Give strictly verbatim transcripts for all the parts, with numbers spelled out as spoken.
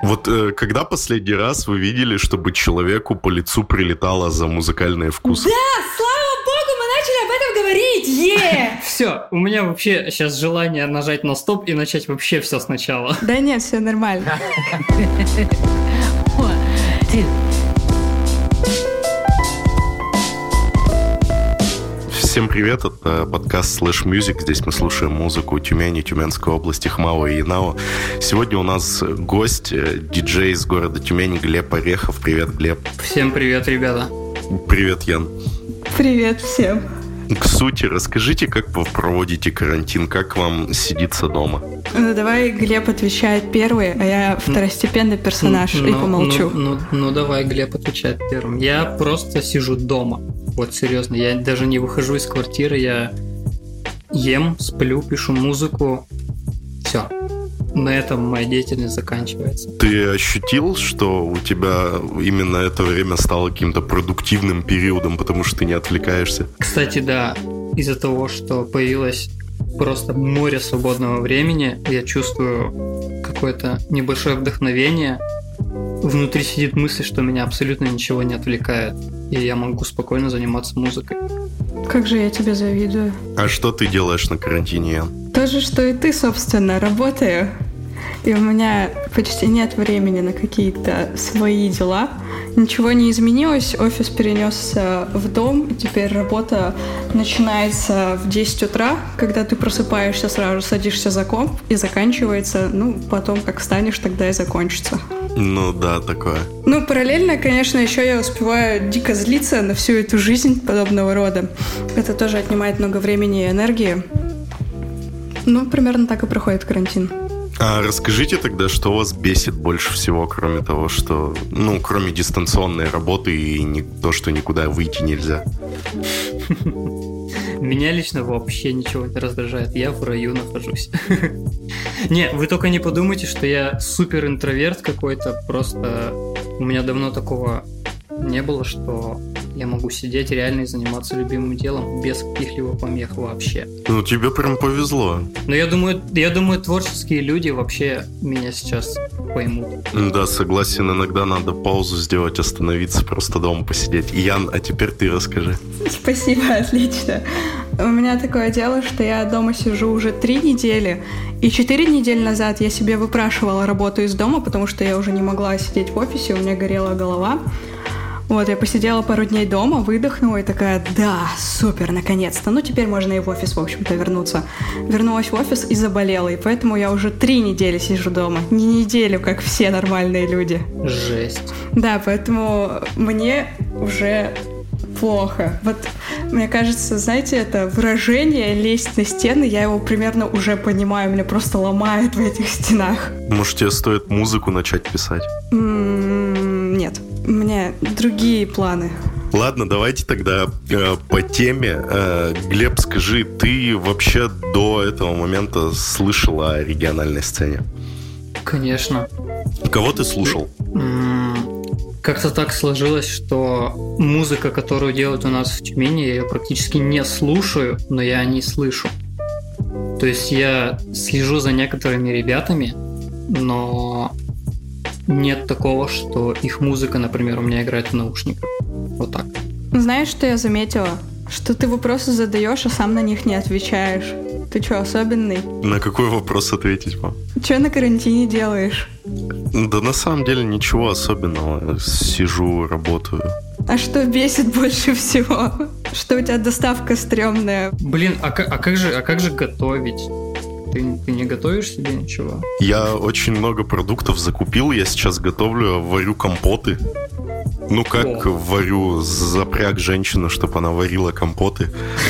Вот э, когда последний раз вы видели, чтобы человеку по лицу прилетало за музыкальные вкусы? Да, слава богу, мы начали об этом говорить! Е! Все, у меня вообще сейчас желание нажать на стоп и начать вообще все сначала. Да нет, все нормально. Всем привет, это подкаст Slash Music. Здесь мы слушаем музыку Тюмени, Тюменской области, Хмао и Янао. Сегодня у нас гость, диджей из города Тюмени Глеб Орехов. Привет, Глеб. Всем привет, ребята. Привет, Ян. Привет всем. К сути, расскажите, как вы проводите карантин, как вам сидится дома? Ну, давай Глеб отвечает первый, а я второстепенный персонаж ну, и помолчу. Ну, ну, ну, давай Глеб отвечает первым. Я просто сижу дома. Вот серьезно, я даже не выхожу из квартиры, я ем, сплю, пишу музыку. Все. На этом моя деятельность заканчивается. Ты ощутил, что у тебя именно это время стало каким-то продуктивным периодом, потому что ты не отвлекаешься? Кстати, да, из-за того, что появилось просто море свободного времени, я чувствую какое-то небольшое вдохновение. Внутри сидит мысль, что меня абсолютно ничего не отвлекает, и я могу спокойно заниматься музыкой. Как же я тебе завидую. А что ты делаешь на карантине, Ян? То же, что и ты, собственно, работаю. И у меня почти нет времени на какие-то свои дела. Ничего не изменилось, офис перенесся в дом, и теперь работа начинается в десять утра, когда ты просыпаешься, сразу садишься за комп, и заканчивается, ну, потом как встанешь, тогда и закончится. Ну да, такое. Ну, параллельно, конечно, еще я успеваю дико злиться на всю эту жизнь подобного рода. Это тоже отнимает много времени и энергии. Ну, примерно так и проходит карантин. А расскажите тогда, что вас бесит больше всего, кроме того, что, ну, кроме дистанционной работы и не, то, что никуда выйти нельзя? Меня лично вообще ничего не раздражает. Я в раю нахожусь. Не, вы только не подумайте, что я супер интроверт какой-то. Просто у меня давно такого не было, что я могу сидеть реально и заниматься любимым делом без каких-либо помех вообще. Ну, тебе прям повезло. Но я думаю, я думаю, творческие люди вообще меня сейчас поймут. Да, согласен, иногда надо паузу сделать, остановиться, просто дома посидеть. Ян, а теперь ты расскажи. Спасибо, отлично. У меня такое дело, что я дома сижу уже три недели, и четыре недели назад я себе выпрашивала работу из дома, потому что я уже не могла сидеть в офисе, у меня горела голова. Вот, я посидела пару дней дома, выдохнула и такая, да, супер, наконец-то. Ну, теперь можно и в офис, в общем-то, вернуться. Вернулась в офис и заболела, и поэтому я уже три недели сижу дома. Не неделю, как все нормальные люди. Жесть. Да, поэтому мне уже плохо. Вот, мне кажется, знаете, это выражение «лезть на стены», я его примерно уже понимаю, меня просто ломает в этих стенах. Может, тебе стоит музыку начать писать? М-м- нет. У меня другие планы. Ладно, давайте тогда э, по теме. Э, Глеб, скажи, ты вообще до этого момента слышал о региональной сцене? Конечно. Кого ты слушал? Как-то так сложилось, что музыка, которую делают у нас в Тюмени, я ее практически не слушаю, но я о ней слышу. То есть я слежу за некоторыми ребятами, но нет такого, что их музыка, например, у меня играет в наушниках. Вот так. Знаешь, что я заметила? Что ты вопросы задаешь, а сам на них не отвечаешь. Ты что, особенный? На какой вопрос ответить вам? Что на карантине делаешь? Да на самом деле ничего особенного. Сижу, работаю. А что бесит больше всего? Что у тебя доставка стрёмная? Блин, а как, а как же, а как же готовить? Ты, ты не готовишь себе ничего? Я очень много продуктов закупил. Я сейчас готовлю, варю компоты. Ну как О. варю, запряг женщину, чтобы она варила компоты.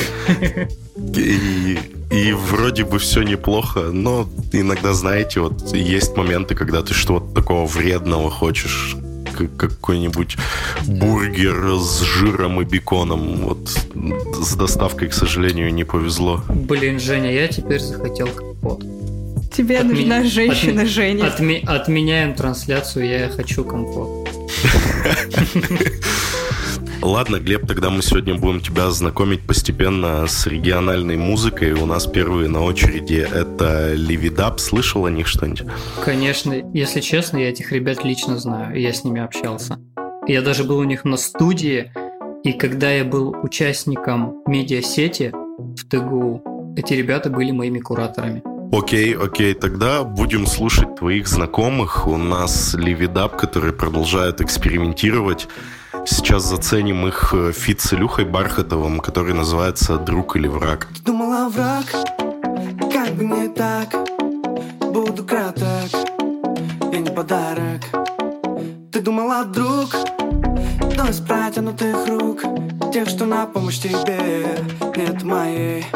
И, и вроде бы все неплохо, но иногда, знаете, вот есть моменты, когда ты что-то такого вредного хочешь, какой-нибудь бургер с жиром и беконом. Вот с доставкой, к сожалению, не повезло. Блин, Женя, я теперь захотел компот. Тебе Отме... нужна женщина, Отме... Женя. Отме... Отменяем трансляцию, я хочу компот. Ладно, Глеб, тогда мы сегодня будем тебя знакомить постепенно с региональной музыкой. У нас первые на очереди это Lividub. Слышал о них что-нибудь? Конечно. Если честно, я этих ребят лично знаю, и я с ними общался. Я даже был у них на студии, и когда я был участником медиасети в ТГУ, эти ребята были моими кураторами. Окей, окей, тогда будем слушать твоих знакомых. У нас Lividub, которые продолжают экспериментировать. Сейчас заценим их фит с Илюхой Бархатовым, который называется «Друг или враг». Ты думала, враг, как бы не так, буду краток, я не подарок. Ты думала, друг, но из протянутых рук, тех, что на помощь тебе, нет моей.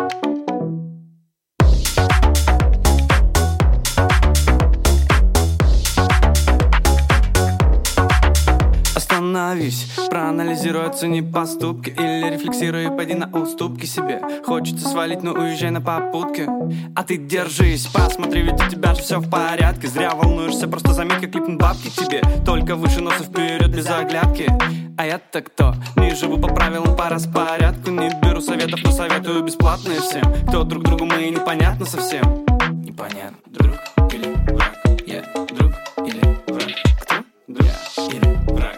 Остановись, проанализируй, оцени поступки, или рефлексируй и пойди на уступки себе. Хочется свалить, но уезжай на попутке. А ты держись, посмотри, ведь у тебя же все в порядке. Зря волнуешься, просто заметь, как липнут бабки к тебе. Только выше носа вперед без оглядки. А я-то кто? Не живу по правилам, по распорядку. Не беру советов, но советую бесплатные всем. Кто друг другу мы, непонятно совсем. Непонятно, друг или враг. Я друг или враг. Кто? Друг или враг.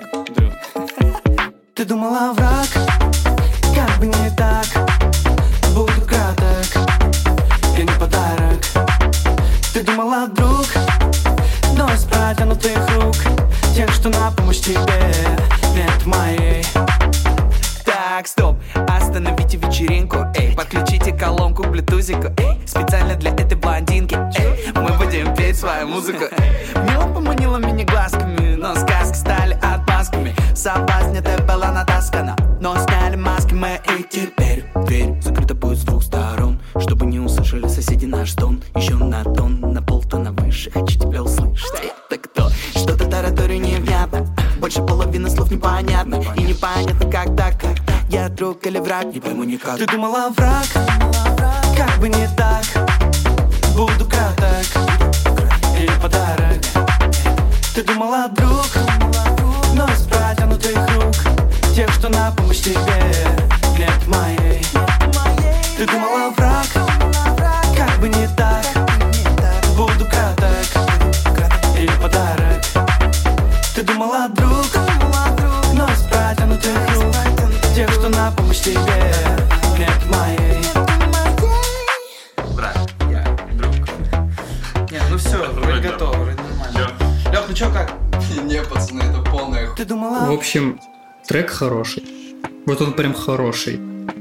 Ты думала, враг, как бы не так, буду краток, я не подарок. Ты думала, друг, но из протянутых рук, тех, что на помощь тебе, нет моей. Так, стоп, остановите вечеринку, эй, подключите колонку к блютузику, эй, специально для этой блондинки, эй, мы будем петь свою музыку, эй. Мило поманила меня глазками, но сказки стали отмазками. Соблазн это была натаскана, но сняли маски мы, и теперь дверь закрыта будет с двух сторон, чтобы не услышали соседи наш тон. Еще на тон, на полтона выше, хочу тебя услышать. Это кто? Что-то тараторю невнятно, больше половины слов непонятно, и непонятно как так. Я друг или враг, не пойму никак. Ты думала, враг, как бы не так, буду краток, или подарок. Ты думала, друг, но из протянутых рук, тех, что на помощь тебе, нет моей. Ты думала, враг, как бы не так, буду краток, или подарок. Ты думала, друг, но из протянутых рук, тех, что на помощь тебе, нет моей. Враг, я друг. Нет, ну все, вроде готово, вроде нормально. Лёх, ну чё, как? Не, пацаны, это полная хуйня. В общем, трек хороший. Вот он прям хороший.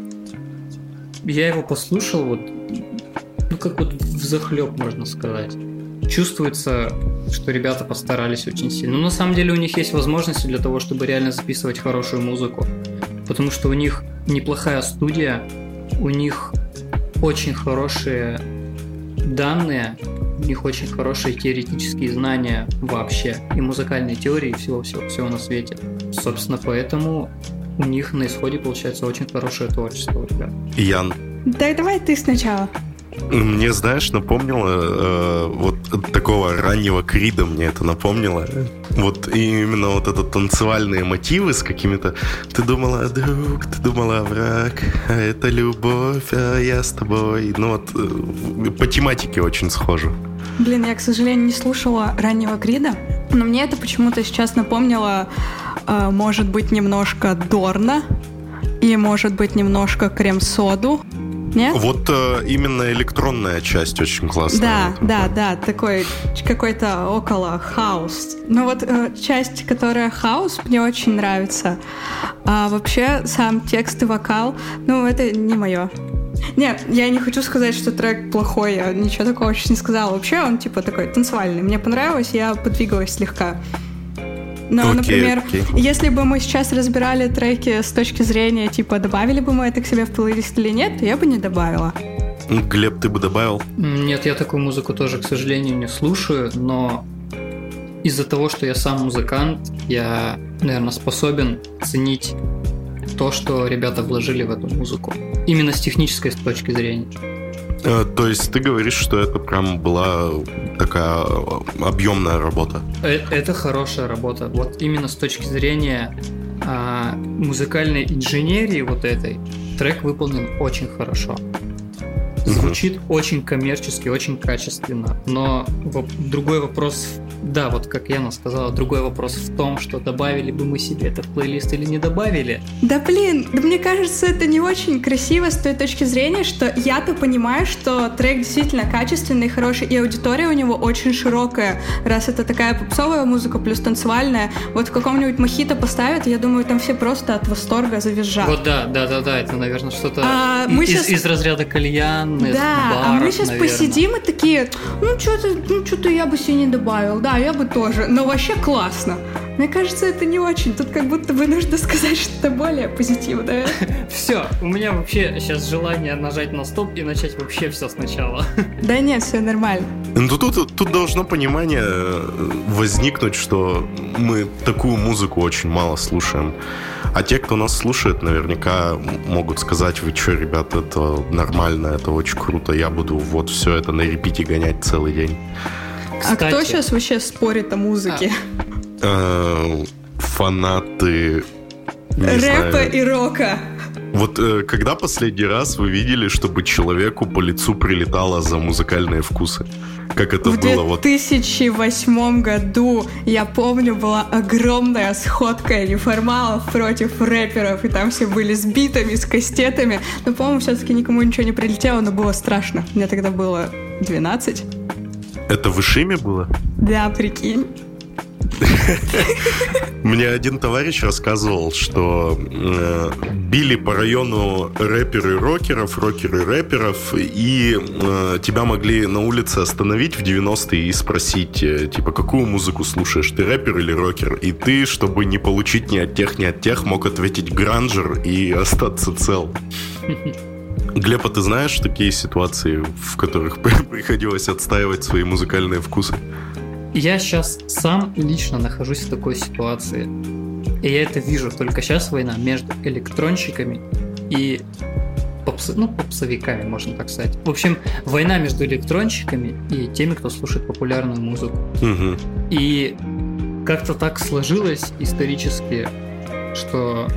Я его послушал, вот, ну как вот взахлёб, можно сказать. Чувствуется, что ребята постарались очень сильно. Но на самом деле у них есть возможности для того, чтобы реально записывать хорошую музыку. Потому что у них неплохая студия, у них очень хорошие данные, у них очень хорошие теоретические знания вообще, и музыкальной теории, и всего-всего-всего на свете. Собственно, поэтому у них на исходе получается очень хорошее творчество, ребят. Ян. Да, давай ты сначала. Мне, знаешь, напомнило э, вот такого раннего Крида, мне это напомнило. Вот именно вот это танцевальные мотивы с какими-то «ты думала, друг, ты думала, враг, а это любовь, а я с тобой». Ну вот э, по тематике очень схоже. Блин, я, к сожалению, не слушала раннего Крида, но мне это почему-то сейчас напомнило, э, может быть, немножко Дорна и, может быть, немножко Крем-соду. Нет? Вот э, именно электронная часть очень классная. Да, да, да, такой какой-то около хаус. Ну вот э, часть, которая хаус, мне очень нравится. А вообще сам текст и вокал, ну это не мое. Нет, я не хочу сказать, что трек плохой, я ничего такого еще не сказала. Вообще он типа такой танцевальный. Мне понравилось, я подвигалась слегка. Но, okay, например, okay. если бы мы сейчас разбирали треки с точки зрения, типа, добавили бы мы это к себе в плейлист или нет, то я бы не добавила. Глеб, ты бы добавил? Нет, я такую музыку тоже, к сожалению, не слушаю, но из-за того, что я сам музыкант, я, наверное, способен ценить то, что ребята вложили в эту музыку. Именно с технической точки зрения. То есть ты говоришь, что это прям была такая объемная работа? Это хорошая работа. Вот именно с точки зрения а, музыкальной инженерии вот этой трек выполнен очень хорошо. Звучит mm-hmm. очень коммерчески, очень качественно. Но другой вопрос, да, вот как Яна сказала, другой вопрос в том, что добавили бы мы себе это в плейлист или не добавили. Да блин, да мне кажется, это не очень красиво с той точки зрения, что я-то понимаю, что трек действительно качественный, хороший, и аудитория у него очень широкая. Раз это такая попсовая музыка плюс танцевальная, вот в каком-нибудь мохито поставят, я думаю, там все просто от восторга завизжат. Вот да, да, да, да, это, наверное, что-то а, из, сейчас... из разряда кальян. Да, баров, а мы сейчас наверное. посидим и такие, ну что-то, ну что-то я бы себе не добавил, да, я бы тоже, но вообще классно. Мне кажется, это не очень, тут как будто бы нужно сказать что-то более позитивное. Все, у меня вообще сейчас желание нажать на стоп и начать вообще все сначала. Да нет, все нормально. Ну, тут, тут, тут должно понимание возникнуть, что мы такую музыку очень мало слушаем. А те, кто нас слушает, наверняка могут сказать: вы что, ребята, это нормально, это очень круто, я буду вот все это на репите гонять целый день. Кстати, а кто сейчас вообще спорит о музыке? А. Фанаты рэпа знаю. И рока. Вот э, когда последний раз вы видели, чтобы человеку по лицу прилетало за музыкальные вкусы? Как это в было? В две тысячи восьмом году, я помню, была огромная сходка неформалов против рэперов, и там все были с битами, с кастетами. Но, по-моему, все-таки никому ничего не прилетело, но было страшно. Мне тогда было двенадцать. Это в Ишиме было? Да, прикинь. Мне один товарищ рассказывал, что э, били по району рэперы рокеров, рокеры рэперов, и э, тебя могли на улице остановить в девяностые и спросить, э, типа, какую музыку слушаешь, ты рэпер или рокер? И ты, чтобы не получить ни от тех, ни от тех, мог ответить гранжер и остаться цел. Глеб, а ты знаешь такие ситуации, в которых приходилось отстаивать свои музыкальные вкусы? Я сейчас сам лично нахожусь в такой ситуации. И я это вижу. Только сейчас война между электронщиками и попс... ну, попсовиками, можно так сказать. В общем, война между электронщиками и теми, кто слушает популярную музыку. Угу. И как-то так сложилось исторически, что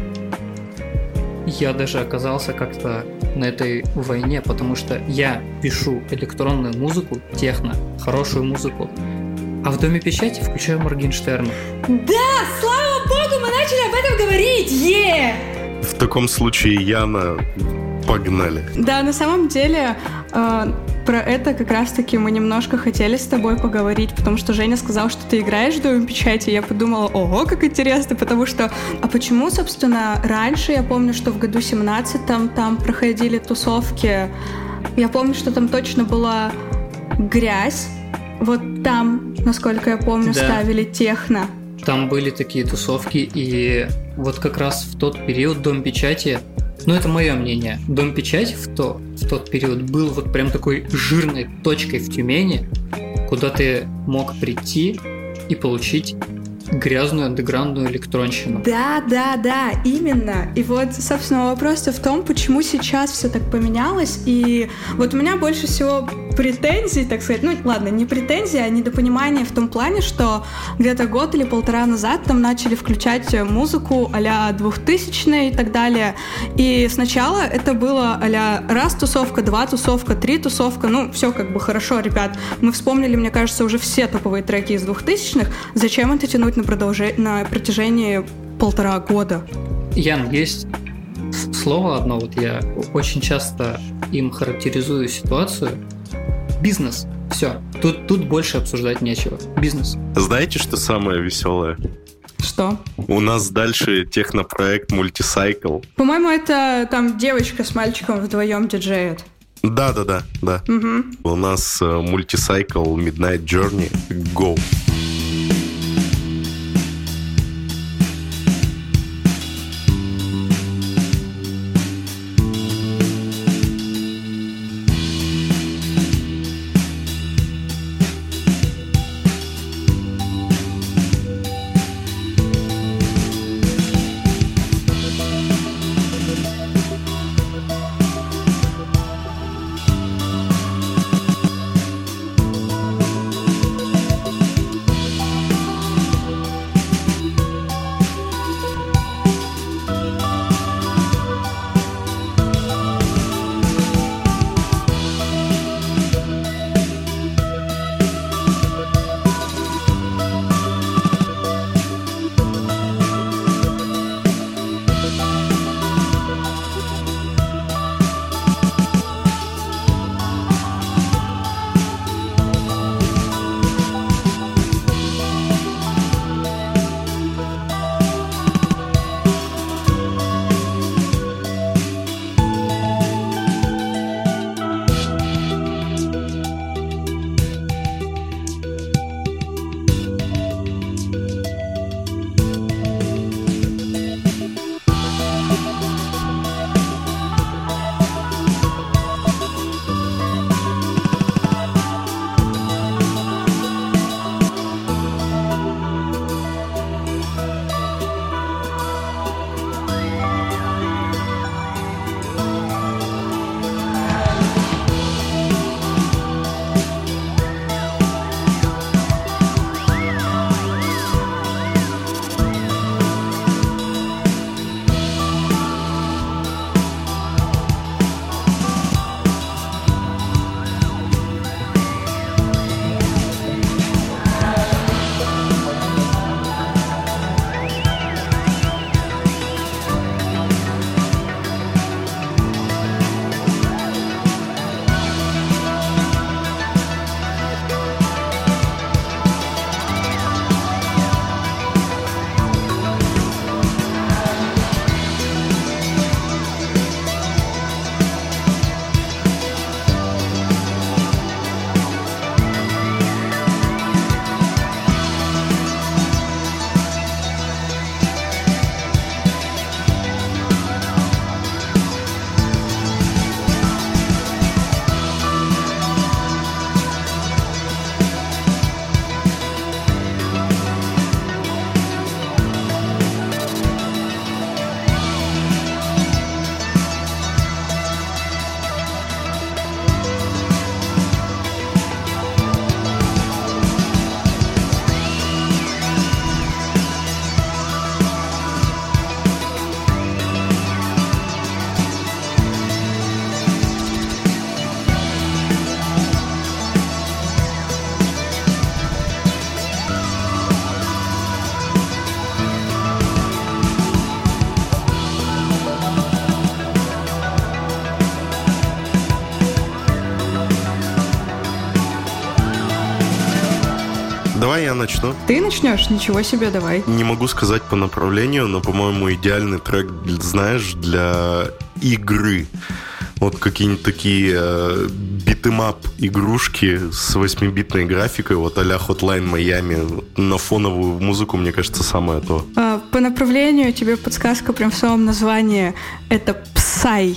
я даже оказался как-то на этой войне, потому что я пишу электронную музыку, техно, хорошую музыку, а в Доме печати включаю Моргенштерна. Да, слава богу, мы начали об этом говорить! Е! Yeah! В таком случае, Яна, погнали. Да, на самом деле, э, про это как раз-таки мы немножко хотели с тобой поговорить, потому что Женя сказал, что ты играешь в Доме печати, и я подумала, ого, как интересно, потому что... А почему, собственно, раньше, я помню, что в году семнадцатом там проходили тусовки, я помню, что там точно была грязь, вот там, насколько я помню, да. ставили техно. Там были такие тусовки, и вот как раз в тот период Дом печати, ну это мое мнение, Дом печати в, то, в тот период был вот прям такой жирной точкой в Тюмени, куда ты мог прийти и получить грязную андеграундную электронщину. Да, да, да, именно. И вот, собственно, вопрос-то в том, почему сейчас все так поменялось. И вот у меня больше всего претензий, так сказать, ну ладно, не претензии, а недопонимание в том плане, что где-то год или полтора назад там начали включать музыку а-ля двухтысячные и так далее. И сначала это было а-ля раз тусовка, два тусовка, три тусовка, ну все как бы хорошо, ребят. Мы вспомнили, мне кажется, уже все топовые треки из двухтысячных. Зачем это тянуть на, продолж... на протяжении полтора года? Ян, есть слово одно, вот я очень часто им характеризую ситуацию. Бизнес. Все. Тут, тут больше обсуждать нечего. Бизнес. Знаете, что самое веселое? Что? У нас дальше технопроект Multicycle. По-моему, это там девочка с мальчиком вдвоем диджеют. Да-да-да, да. Угу. У нас Multicycle Midnight Journey. Go! Давай я начну. Ты начнешь? Ничего себе, давай. Не могу сказать по направлению, но, по-моему, идеальный трек, знаешь, для игры. Вот какие-нибудь такие э, битэмап игрушки с восьмибитной графикой, вот а-ля Hotline Miami. На фоновую музыку, мне кажется, самое то. А, по направлению тебе подсказка прям в самом названии. Это Psy.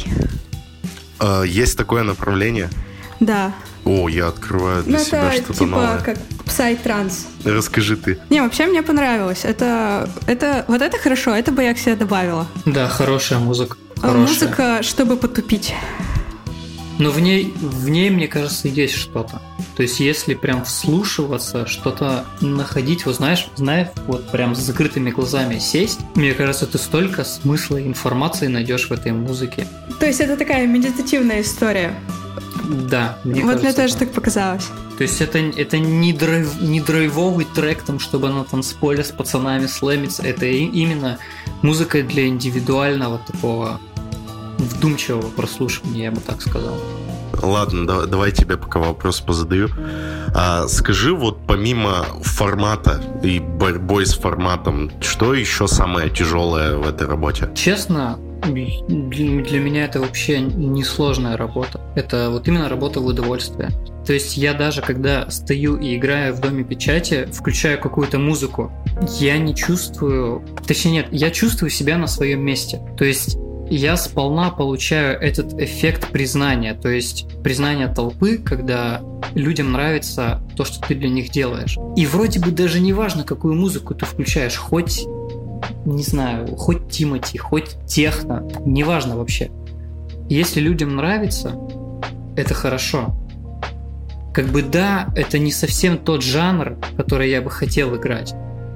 А, есть такое направление? Да. О, я открываю для ну, себя это, что-то типа, новое. Как Psy-транс. Расскажи ты. Не, вообще мне понравилось. Это, это, вот это хорошо, это бы я к себе добавила. Да, хорошая музыка. А музыка, чтобы потупить. Но в ней, в ней, мне кажется, есть что-то. То есть, если прям вслушиваться, что-то находить, вот знаешь, знаешь, вот прям с закрытыми глазами сесть, мне кажется, ты столько смысла и информации найдешь в этой музыке. То есть, это такая медитативная история. Да, мне вот кажется, мне тоже так. так показалось. То есть это, это не, драйв, не драйвовый трек, там, чтобы на танцполе с пацанами слэмиться. Это и, именно музыка для индивидуального такого вдумчивого прослушивания, я бы так сказал. Ладно, да, давай тебе пока вопрос позадаю. А, скажи, вот помимо формата и борьбой с форматом, что еще самое тяжелое в этой работе? Честно, для меня это вообще несложная работа. Это вот именно работа в удовольствие. То есть я даже когда стою и играю в Доме печати, включаю какую-то музыку, я не чувствую... Точнее нет, я чувствую себя на своем месте. То есть я сполна получаю этот эффект признания. То есть признание толпы, когда людям нравится то, что ты для них делаешь. И вроде бы даже не важно, какую музыку ты включаешь, хоть... не знаю, хоть Тимати, хоть техно, неважно вообще. Если людям нравится, это хорошо. Как бы да, это не совсем тот жанр, который я бы хотел играть.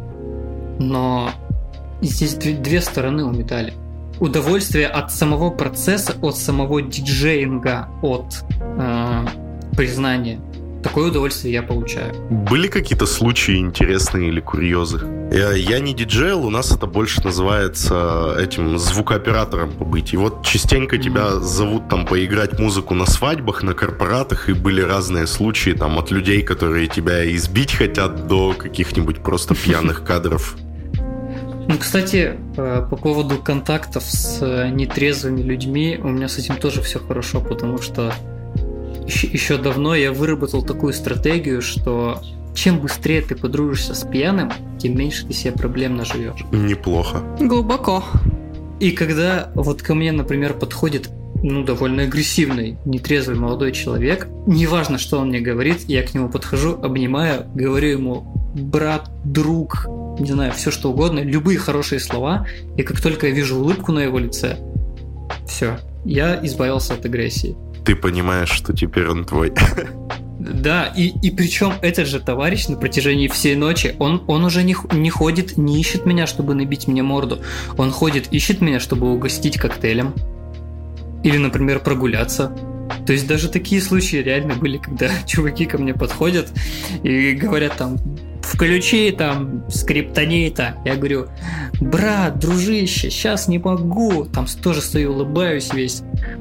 Но здесь две стороны у медали. Удовольствие от самого процесса, от самого диджеинга, от э, признания. Такое удовольствие я получаю. Были какие-то случаи интересные или курьезы? Я, я не диджейл, у нас это больше называется этим звукооператором побыть. И вот частенько mm-hmm. тебя зовут там поиграть музыку на свадьбах, на корпоратах, и были разные случаи там от людей, которые тебя избить хотят, до каких-нибудь просто пьяных кадров. Ну, кстати, по поводу контактов с нетрезвыми людьми, у меня с этим тоже все хорошо, потому что еще, еще давно я выработал такую стратегию, что чем быстрее ты подружишься с пьяным, тем меньше ты себе проблем наживешь. Неплохо. Глубоко. И когда вот ко мне, например, подходит ну, довольно агрессивный, нетрезвый молодой человек, неважно, что он мне говорит, я к нему подхожу, обнимаю, говорю ему брат, друг, не знаю, все что угодно, любые хорошие слова, и как только я вижу улыбку на его лице, все, я избавился от агрессии. Ты понимаешь, что теперь он твой. Да, и, и причем этот же товарищ на протяжении всей ночи, он, он уже не, не ходит, не ищет меня, чтобы набить мне морду. Он ходит, ищет меня, чтобы угостить коктейлем. Или, например, прогуляться. То есть даже такие случаи реально были, когда чуваки ко мне подходят и говорят там: включи там скриптонита. Я говорю: брат, дружище, сейчас не могу. Там тоже стою, улыбаюсь весь.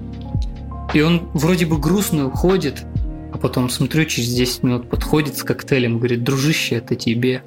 И он вроде бы грустно уходит, а потом смотрю, через десять минут подходит с коктейлем, говорит: дружище, это тебе.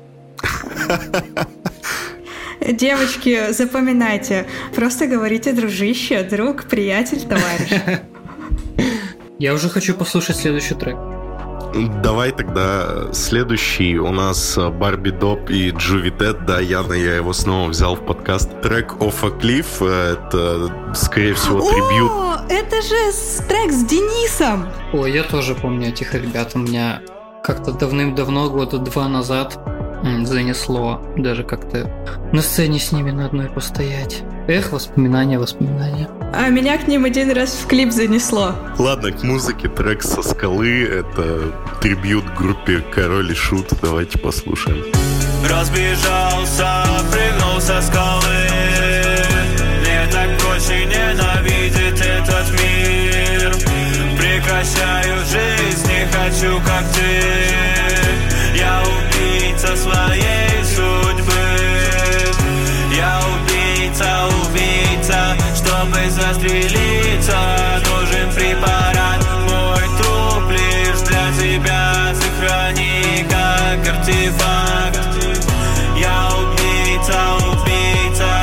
Девочки, запоминайте, просто говорите дружище, друг, приятель, товарищ. Я уже хочу послушать следующий трек. Давай тогда следующий. У нас Барби Доп и Джувитет. Да, Яна, я его снова взял в подкаст. Трек Off a Cliff. Это, скорее всего, трибьют. О, это же трек с Денисом. Ой, я тоже помню этих ребят. У меня как-то давным-давно, года два назад, занесло даже как-то на сцене с ними на одной постоять. Эх, воспоминания, воспоминания. А меня к ним один раз в клип занесло. Ладно, к музыке трек со скалы. Это трибьют группе Король и Шут. Давайте послушаем. Разбежался, прыгнул со скалы. Мне так проще ненавидеть этот мир. Прекращаю жизнь, не хочу как ты. Я убийца своей судьбы. Я убийца, убийца. Чтобы застрелиться, нужен препарат. Мой труп лишь для тебя. Сохрани как артефакт. факт. Я убийца, убийца.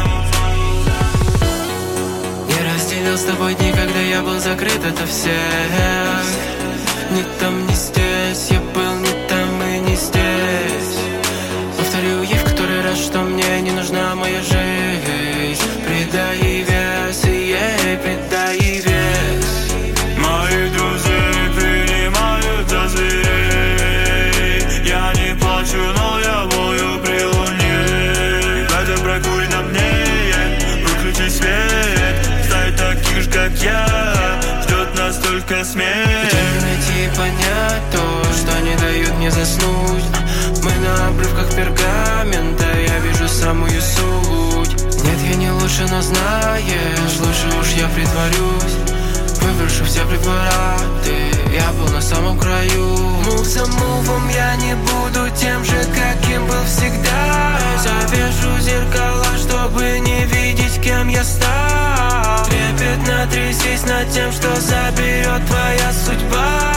Я разделил с тобой дни, когда я был закрыт ото всех. Ни там, ни здесь, я был не там и не здесь. Повторю ей в который раз, что мне не нужна моя жизнь. Придай ей вес, и ей придай ей вес. Мои друзья принимают за зверей. Я не плачу, но я вою при луне. Хотя прокурь на мне, выключи свет. Стать таких ж, как я, ждет нас только смерть. Где мне найти и понять то, что не дают мне заснуть? Мы на обрывках пергамента, я вижу самую суть. Нет, я не лучше, но знаешь, лучше уж я притворюсь. Выброшу все препараты, я был на самом краю. Мув за мувом я не буду тем же, каким был всегда. Завешу зеркала, чтобы не видеть, кем я стал. Трепетно трясись над тем, что заберет твоя судьба.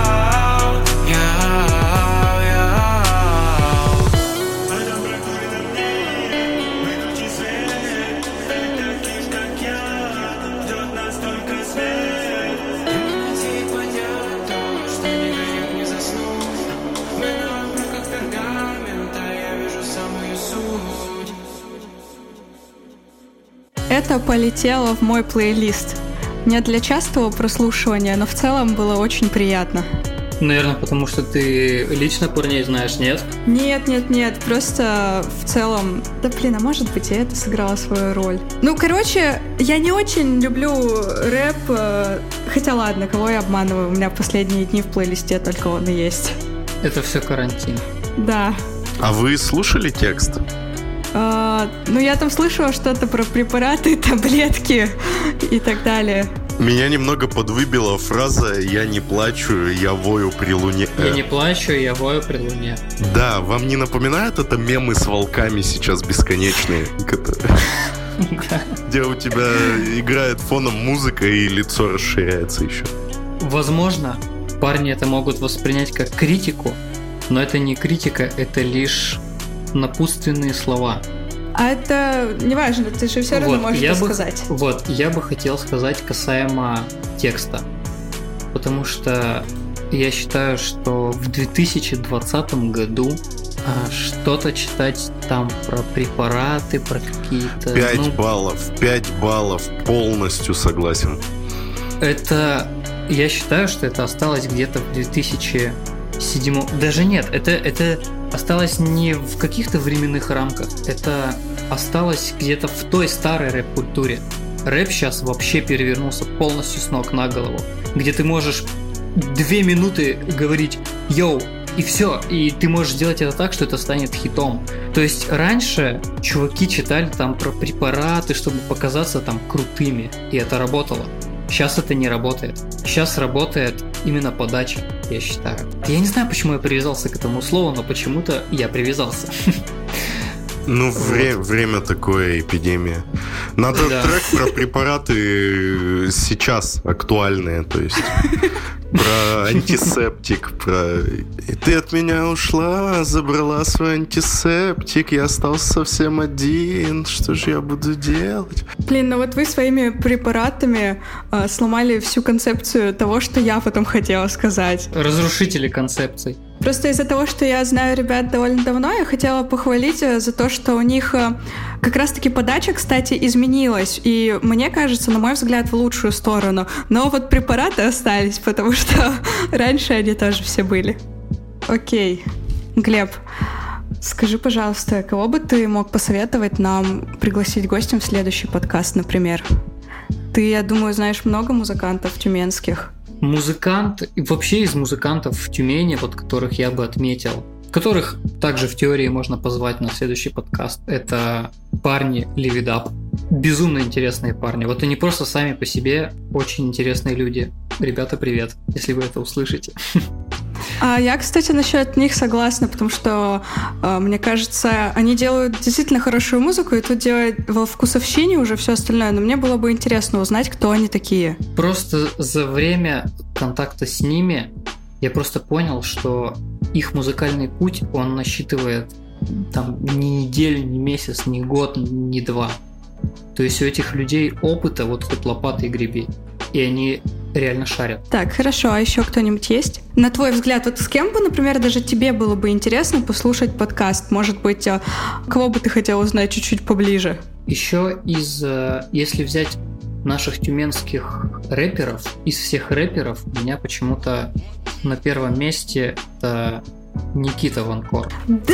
Я Это полетело в мой плейлист. Не для частого прослушивания, но в целом было очень приятно. Наверное, потому что ты лично парней знаешь, нет? Нет, нет, нет, просто в целом... Да блин, а может быть, и это сыграло свою роль. Ну, короче, я не очень люблю рэп, хотя ладно, кого я обманываю, у меня последние дни в плейлисте только он и есть. Это все карантин. Да. А вы слушали текст? А, ну, я там слышала что-то про препараты, таблетки и так далее. Меня немного подвыбила фраза «я не плачу, я вою при луне». Я не плачу, я вою при луне. Да, вам не напоминают это мемы с волками сейчас бесконечные? Где у тебя играет фоном музыка и лицо расширяется еще? Возможно, парни это могут воспринять как критику, но это не критика, это лишь напутственные слова. А это не важно, ты же все равно вот, можешь это бы, сказать. Вот, я бы хотел сказать касаемо текста. Потому что я считаю, что в две тысячи двадцатом году а, что-то читать там про препараты, про какие-то... Пять ну, баллов, пять баллов, полностью согласен. Это... Я считаю, что это осталось где-то в две тысячи седьмом... Даже нет, это... это осталось не в каких-то временных рамках, это осталось где-то в той старой рэп-культуре. Рэп сейчас вообще перевернулся полностью с ног на голову, где ты можешь две минуты говорить «йоу», и все, и ты можешь сделать это так, что это станет хитом. То есть раньше чуваки читали там про препараты, чтобы показаться там крутыми, и это работало. Сейчас это не работает. Сейчас работает именно подача, я считаю. Я не знаю, почему я привязался к этому слову, но почему-то я привязался. Ну, вре- вот. Время такое, эпидемия. Надо да. трек про препараты сейчас актуальные, то есть про антисептик, про «ты от меня ушла, забрала свой антисептик, я остался совсем один, что же я буду делать?» Блин, ну вот вы своими препаратами э, сломали всю концепцию того, что я потом хотела сказать. Разрушители концепций. Просто из-за того, что я знаю ребят довольно давно, я хотела похвалить за то, что у них как раз-таки подача, кстати, изменилась. И мне кажется, на мой взгляд, в лучшую сторону. Но вот препараты остались, потому что раньше они тоже все были. Окей. Глеб, скажи, пожалуйста, кого бы ты мог посоветовать нам пригласить гостем в следующий подкаст, например? Ты, я думаю, знаешь много музыкантов тюменских. Музыкант, и вообще из музыкантов в Тюмени, вот которых я бы отметил, которых также в теории можно позвать на следующий подкаст, это парни Live It Up. Безумно интересные парни. Вот они просто сами по себе очень интересные люди. Ребята, привет, если вы это услышите. А я, кстати, насчет них согласна, потому что, э, мне кажется, они делают действительно хорошую музыку, и тут делают во вкусовщине уже все остальное, но мне было бы интересно узнать, кто они такие. Просто за время контакта с ними я просто понял, что их музыкальный путь, он насчитывает там ни неделю, ни месяц, ни год, ни два. То есть у этих людей опыта вот хоть лопатой греби. И они реально шарят. Так, хорошо, а еще кто-нибудь есть? На твой взгляд, вот с кем бы, например, даже тебе было бы интересно послушать подкаст? Может быть, кого бы ты хотел узнать чуть-чуть поближе? Еще из, если взять наших тюменских рэперов, из всех рэперов у меня почему-то на первом месте это Никита Ванкор.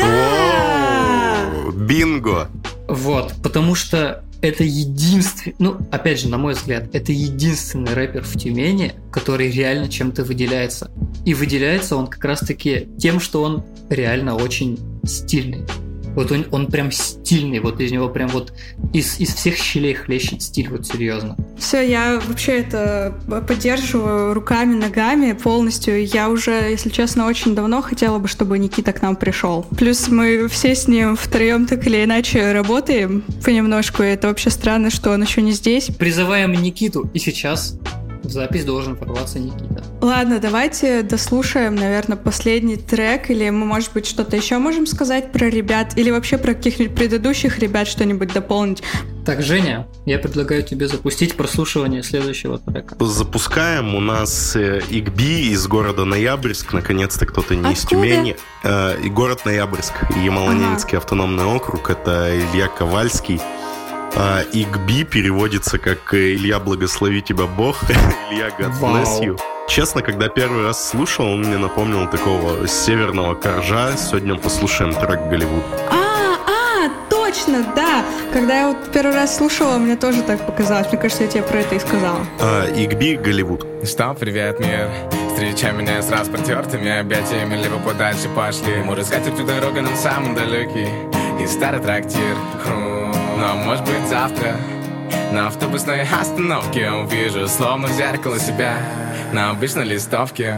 Да! Бинго! Вот, потому что это единственный, ну, опять же, на мой взгляд, это единственный рэпер в Тюмени, который реально чем-то выделяется. И выделяется он как раз-таки тем, что он реально очень стильный. Вот он, он прям стильный, вот из него прям вот из, из всех щелей хлещет стиль, вот серьезно. Все, я вообще это поддерживаю руками, ногами полностью. Я уже, если честно, очень давно хотела бы, чтобы Никита к нам пришел. Плюс мы все с ним втроем так или иначе работаем понемножку, и это вообще странно, что он еще не здесь. Призываем Никиту, и сейчас в запись должен ворваться Никита. Ладно, давайте дослушаем, наверное, последний трек, или мы, может быть, что-то еще можем сказать про ребят, или вообще про каких-нибудь предыдущих ребят что-нибудь дополнить. Так, Женя, я предлагаю тебе запустить прослушивание следующего трека. Запускаем. У нас Игби из города Ноябрьск, наконец-то кто-то не Откуда? из Тюмени. Э, и город Ноябрьск, Ямало-Ненецкий ага. автономный округ, это Илья Ковальский. Uh, Игби переводится как «Илья, благослови тебя Бог», «Илья, God bless you». Честно, когда первый раз слушал, он мне напомнил такого северного коржа. Сегодня послушаем трек «Голливуд». А, а, точно, да. Когда я вот первый раз слушала, мне тоже так показалось. Мне кажется, я тебе про это и сказала. Uh, Игби, «Голливуд». Что, привет, мир. Встречай меня с распротертыми объятиями, либо подальше пошли. Может, скатертью дорога нам самый далекий и старый трактир. Но может быть завтра на автобусной остановке увижу словно в зеркало себя на обычной листовке.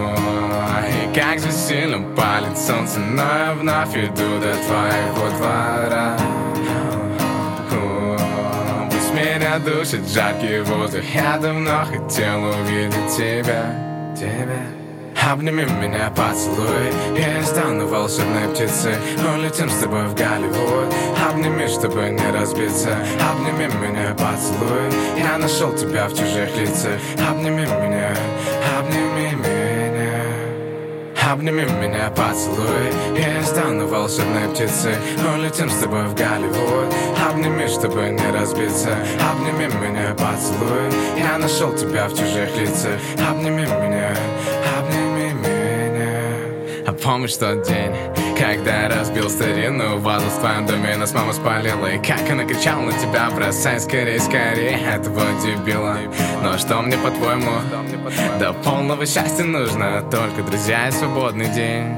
И как же сильно палит солнце, но я вновь иду до твоего двора. Пусть меня душит жаркий воздух, я давно хотел увидеть тебя, тебя. Обними меня, поцелуй, я стану волшебной птицей. Улетим с тобой в Голливуд. Обними, чтобы не разбиться. Обними меня, поцелуй, я нашел тебя в чужих лицах. Обними меня, обними меня. Обними меня, поцелуй, я стану волшебной птицей. Улетим с тобой в Голливуд. Обними, чтобы не разбиться. Обними меня, поцелуй, я нашел тебя в чужих лицах. Обними меня, обними меня. А помнишь тот день, когда я разбил старинную вазу в твоем доме, нас мама спалила, и как она кричала на тебя: бросай скорее, скорее этого дебила. Но что мне, по-твоему, до полного счастья нужно только друзья и свободный день.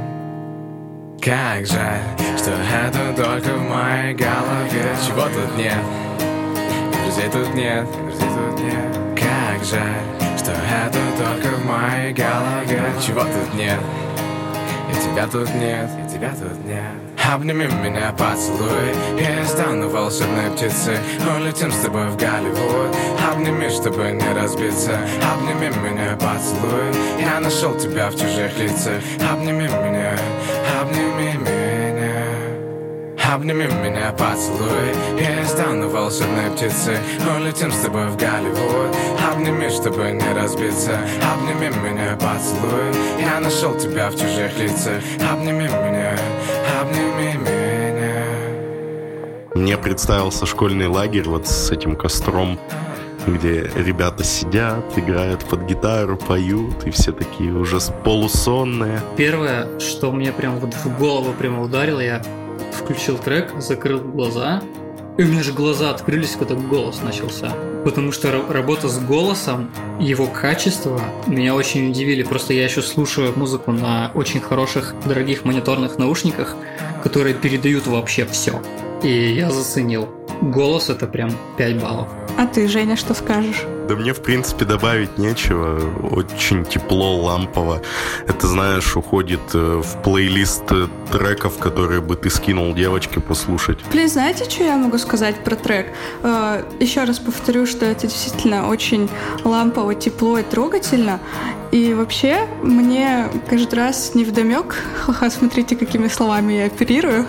Как жаль, что это только в моей голове. Чего тут нет, друзей тут нет, друзей тут нет. Как жаль, что это только в моей голове. Чего тут нет, и тебя тут нет, и тебя тут нет. Обними меня, поцелуй, я стану волшебной птицей. Улетим с тобой в Голливуд. Обними, чтобы не разбиться. Обними меня, поцелуй, я нашел тебя в чужих лицах. Обними меня, обними меня. Обними меня, поцелуй, я стану волшебной птицей. Улетим с тобой в Голливуд. Обними, чтобы не разбиться. Обними меня, поцелуй, я нашел тебя в чужих лицах. Обними меня, обними меня. Мне представился школьный лагерь вот с этим костром, где ребята сидят, играют под гитару, поют, и все такие уже полусонные. Первое, что мне прям вот в голову прямо ударило, я включил трек, закрыл глаза, и у меня же глаза открылись, когда голос начался. Потому что работа с голосом, его качество меня очень удивили. Просто я еще слушаю музыку на очень хороших, дорогих мониторных наушниках, которые передают вообще все. И я заценил. Голос — это прям пять баллов. А ты, Женя, что скажешь? Да мне, в принципе, добавить нечего. Очень тепло, лампово. Это, знаешь, уходит в плейлист треков, которые бы ты скинул девочке послушать. Блин, знаете, что я могу сказать про трек? Еще раз повторю, что это действительно очень лампово, тепло и трогательно. И вообще, мне каждый раз невдомек, ха-ха, смотрите, какими словами я оперирую,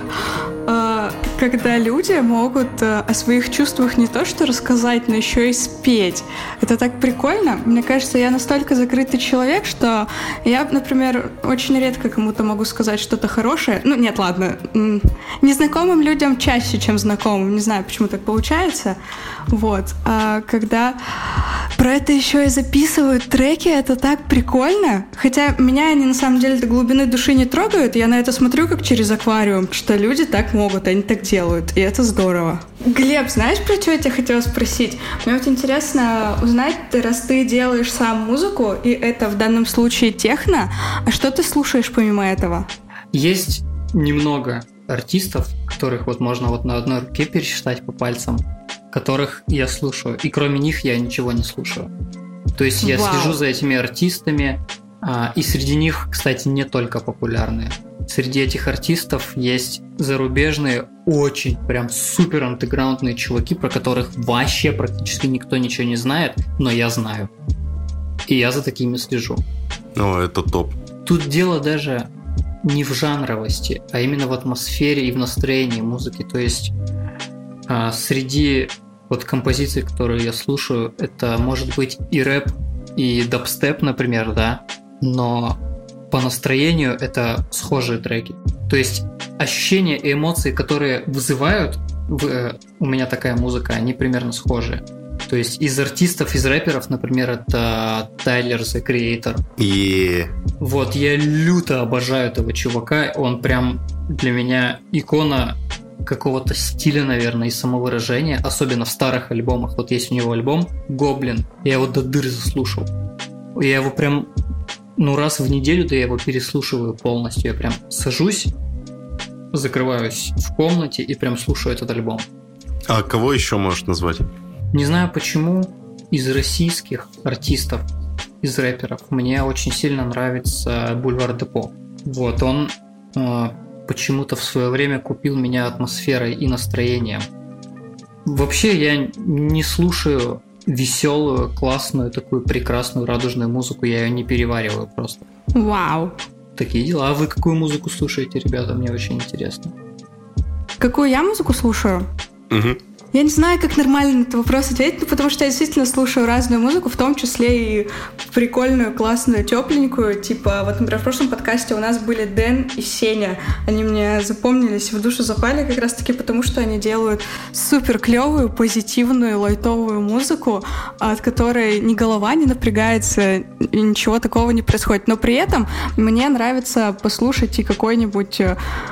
когда люди могут о своих чувствах не то что рассказать, но еще и спеть. Это так прикольно. Мне кажется, я настолько закрытый человек, что я, например, очень редко кому-то могу сказать что-то хорошее. Ну, нет, ладно. Незнакомым людям чаще, чем знакомым. Не знаю, почему так получается. Вот. А когда про это еще и записывают треки, это так прикольно. Хотя меня они на самом деле до глубины души не трогают. Я на это смотрю как через аквариум, что люди так могут, они так делают. И это здорово. Глеб, знаешь, про что я тебя хотела спросить? Мне вот интересно узнать, ты, раз ты делаешь сам музыку, и это в данном случае техно, а что ты слушаешь помимо этого? Есть немного артистов, которых вот можно вот на одной руке пересчитать по пальцам, которых я слушаю, и кроме них я ничего не слушаю. То есть я Вау. слежу за этими артистами, и среди них, кстати, не только популярные. Среди этих артистов есть зарубежные, очень прям супер андеграундные чуваки, про которых вообще практически никто ничего не знает, но я знаю. И я за такими слежу. О, это топ. Тут дело даже не в жанровости, а именно в атмосфере и в настроении музыки. То есть а, среди вот композиций, которые я слушаю, это может быть и рэп, и дабстеп, например, да, но по настроению это схожие треки. То есть ощущения и эмоции, которые вызывают в, э, у меня такая музыка, они примерно схожие. То есть из артистов, из рэперов, например, это Тайлер, The Creator. И... Вот, я люто обожаю этого чувака. Он прям для меня икона какого-то стиля, наверное, и самовыражения. Особенно в старых альбомах. Вот есть у него альбом «Гоблин». Я его до дыр заслушал. Я его прям, ну, раз в неделю, да я его переслушиваю полностью. Я прям сажусь, закрываюсь в комнате и прям слушаю этот альбом. А кого еще можешь назвать? Не знаю почему, из российских артистов, из рэперов, мне очень сильно нравится Бульвар Депо. Вот, он э, почему-то в свое время купил меня атмосферой и настроением. Вообще я не слушаю веселую, классную, такую прекрасную, радужную музыку, я ее не перевариваю просто. Вау. Такие дела. А вы какую музыку слушаете, ребята? Мне очень интересно. Какую я музыку слушаю? Угу. Я не знаю, как нормально на этот вопрос ответить, ну, потому что я действительно слушаю разную музыку, в том числе и прикольную, классную, тепленькую. Типа, вот, например, в прошлом подкасте у нас были Дэн и Сеня. Они мне запомнились, в душу запали как раз-таки потому, что они делают супер клевую, позитивную, лайтовую музыку, от которой ни голова не напрягается, и ничего такого не происходит. Но при этом мне нравится послушать и какой-нибудь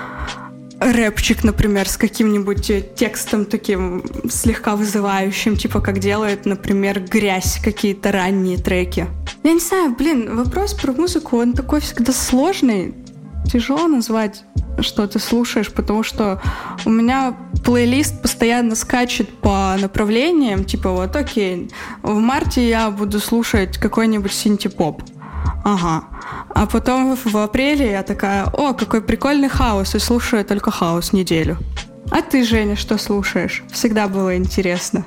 рэпчик, например, с каким-нибудь текстом таким слегка вызывающим, типа как делает, например, Грязь, какие-то ранние треки. Я не знаю, блин, вопрос про музыку, он такой всегда сложный. Тяжело назвать, что ты слушаешь, потому что у меня плейлист постоянно скачет по направлениям, типа вот, окей, в марте я буду слушать какой-нибудь синти-поп. Ага. А потом в апреле я такая: о, какой прикольный хаос, и слушаю только хаос неделю. А ты, Женя, что слушаешь? Всегда было интересно.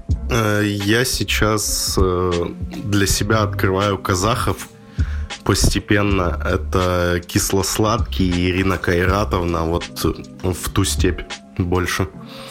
Я сейчас для себя открываю казахов постепенно. Это Кисло-сладкий и Ирина Кайратовна, вот в ту степь больше.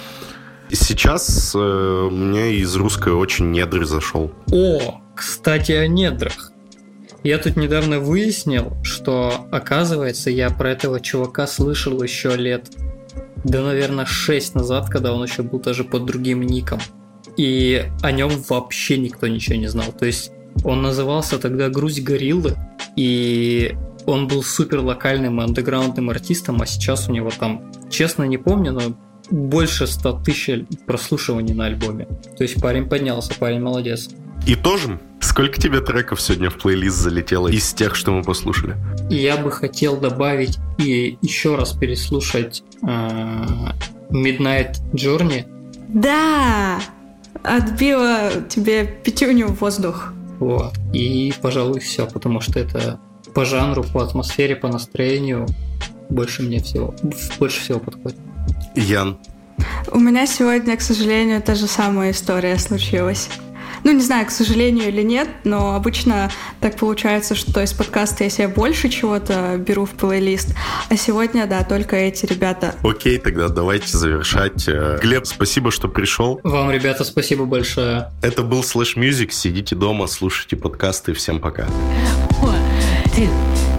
Сейчас мне из русской очень Недры зашел. О, кстати, о недрах. Я тут недавно выяснил, что, оказывается, я про этого чувака слышал еще лет, да, наверное, шесть назад, когда он еще был даже под другим ником. И о нем вообще никто ничего не знал. То есть он назывался тогда «Грусть гориллы», и он был супер локальным андеграундным артистом, а сейчас у него там, честно не помню, но больше ста тысяч прослушиваний на альбоме. То есть парень поднялся, парень молодец. И тоже, сколько тебе треков сегодня в плейлист залетело из тех, что мы послушали? И я бы хотел добавить и еще раз переслушать э, Midnight Journey. Да! отбила тебе пятюню в воздух. Вот. И, пожалуй, все, потому что это по жанру, по атмосфере, по настроению больше мне всего, больше всего подходит. Ян. У меня сегодня, к сожалению, та же самая история случилась. Ну, не знаю, к сожалению или нет, но обычно так получается, что из подкаста я себе больше чего-то беру в плейлист, а сегодня, да, только эти ребята. Окей, тогда давайте завершать. Глеб, спасибо, что пришел. Вам, ребята, спасибо большое. Это был Slash Music. Сидите дома, слушайте подкасты. Всем пока. One, two.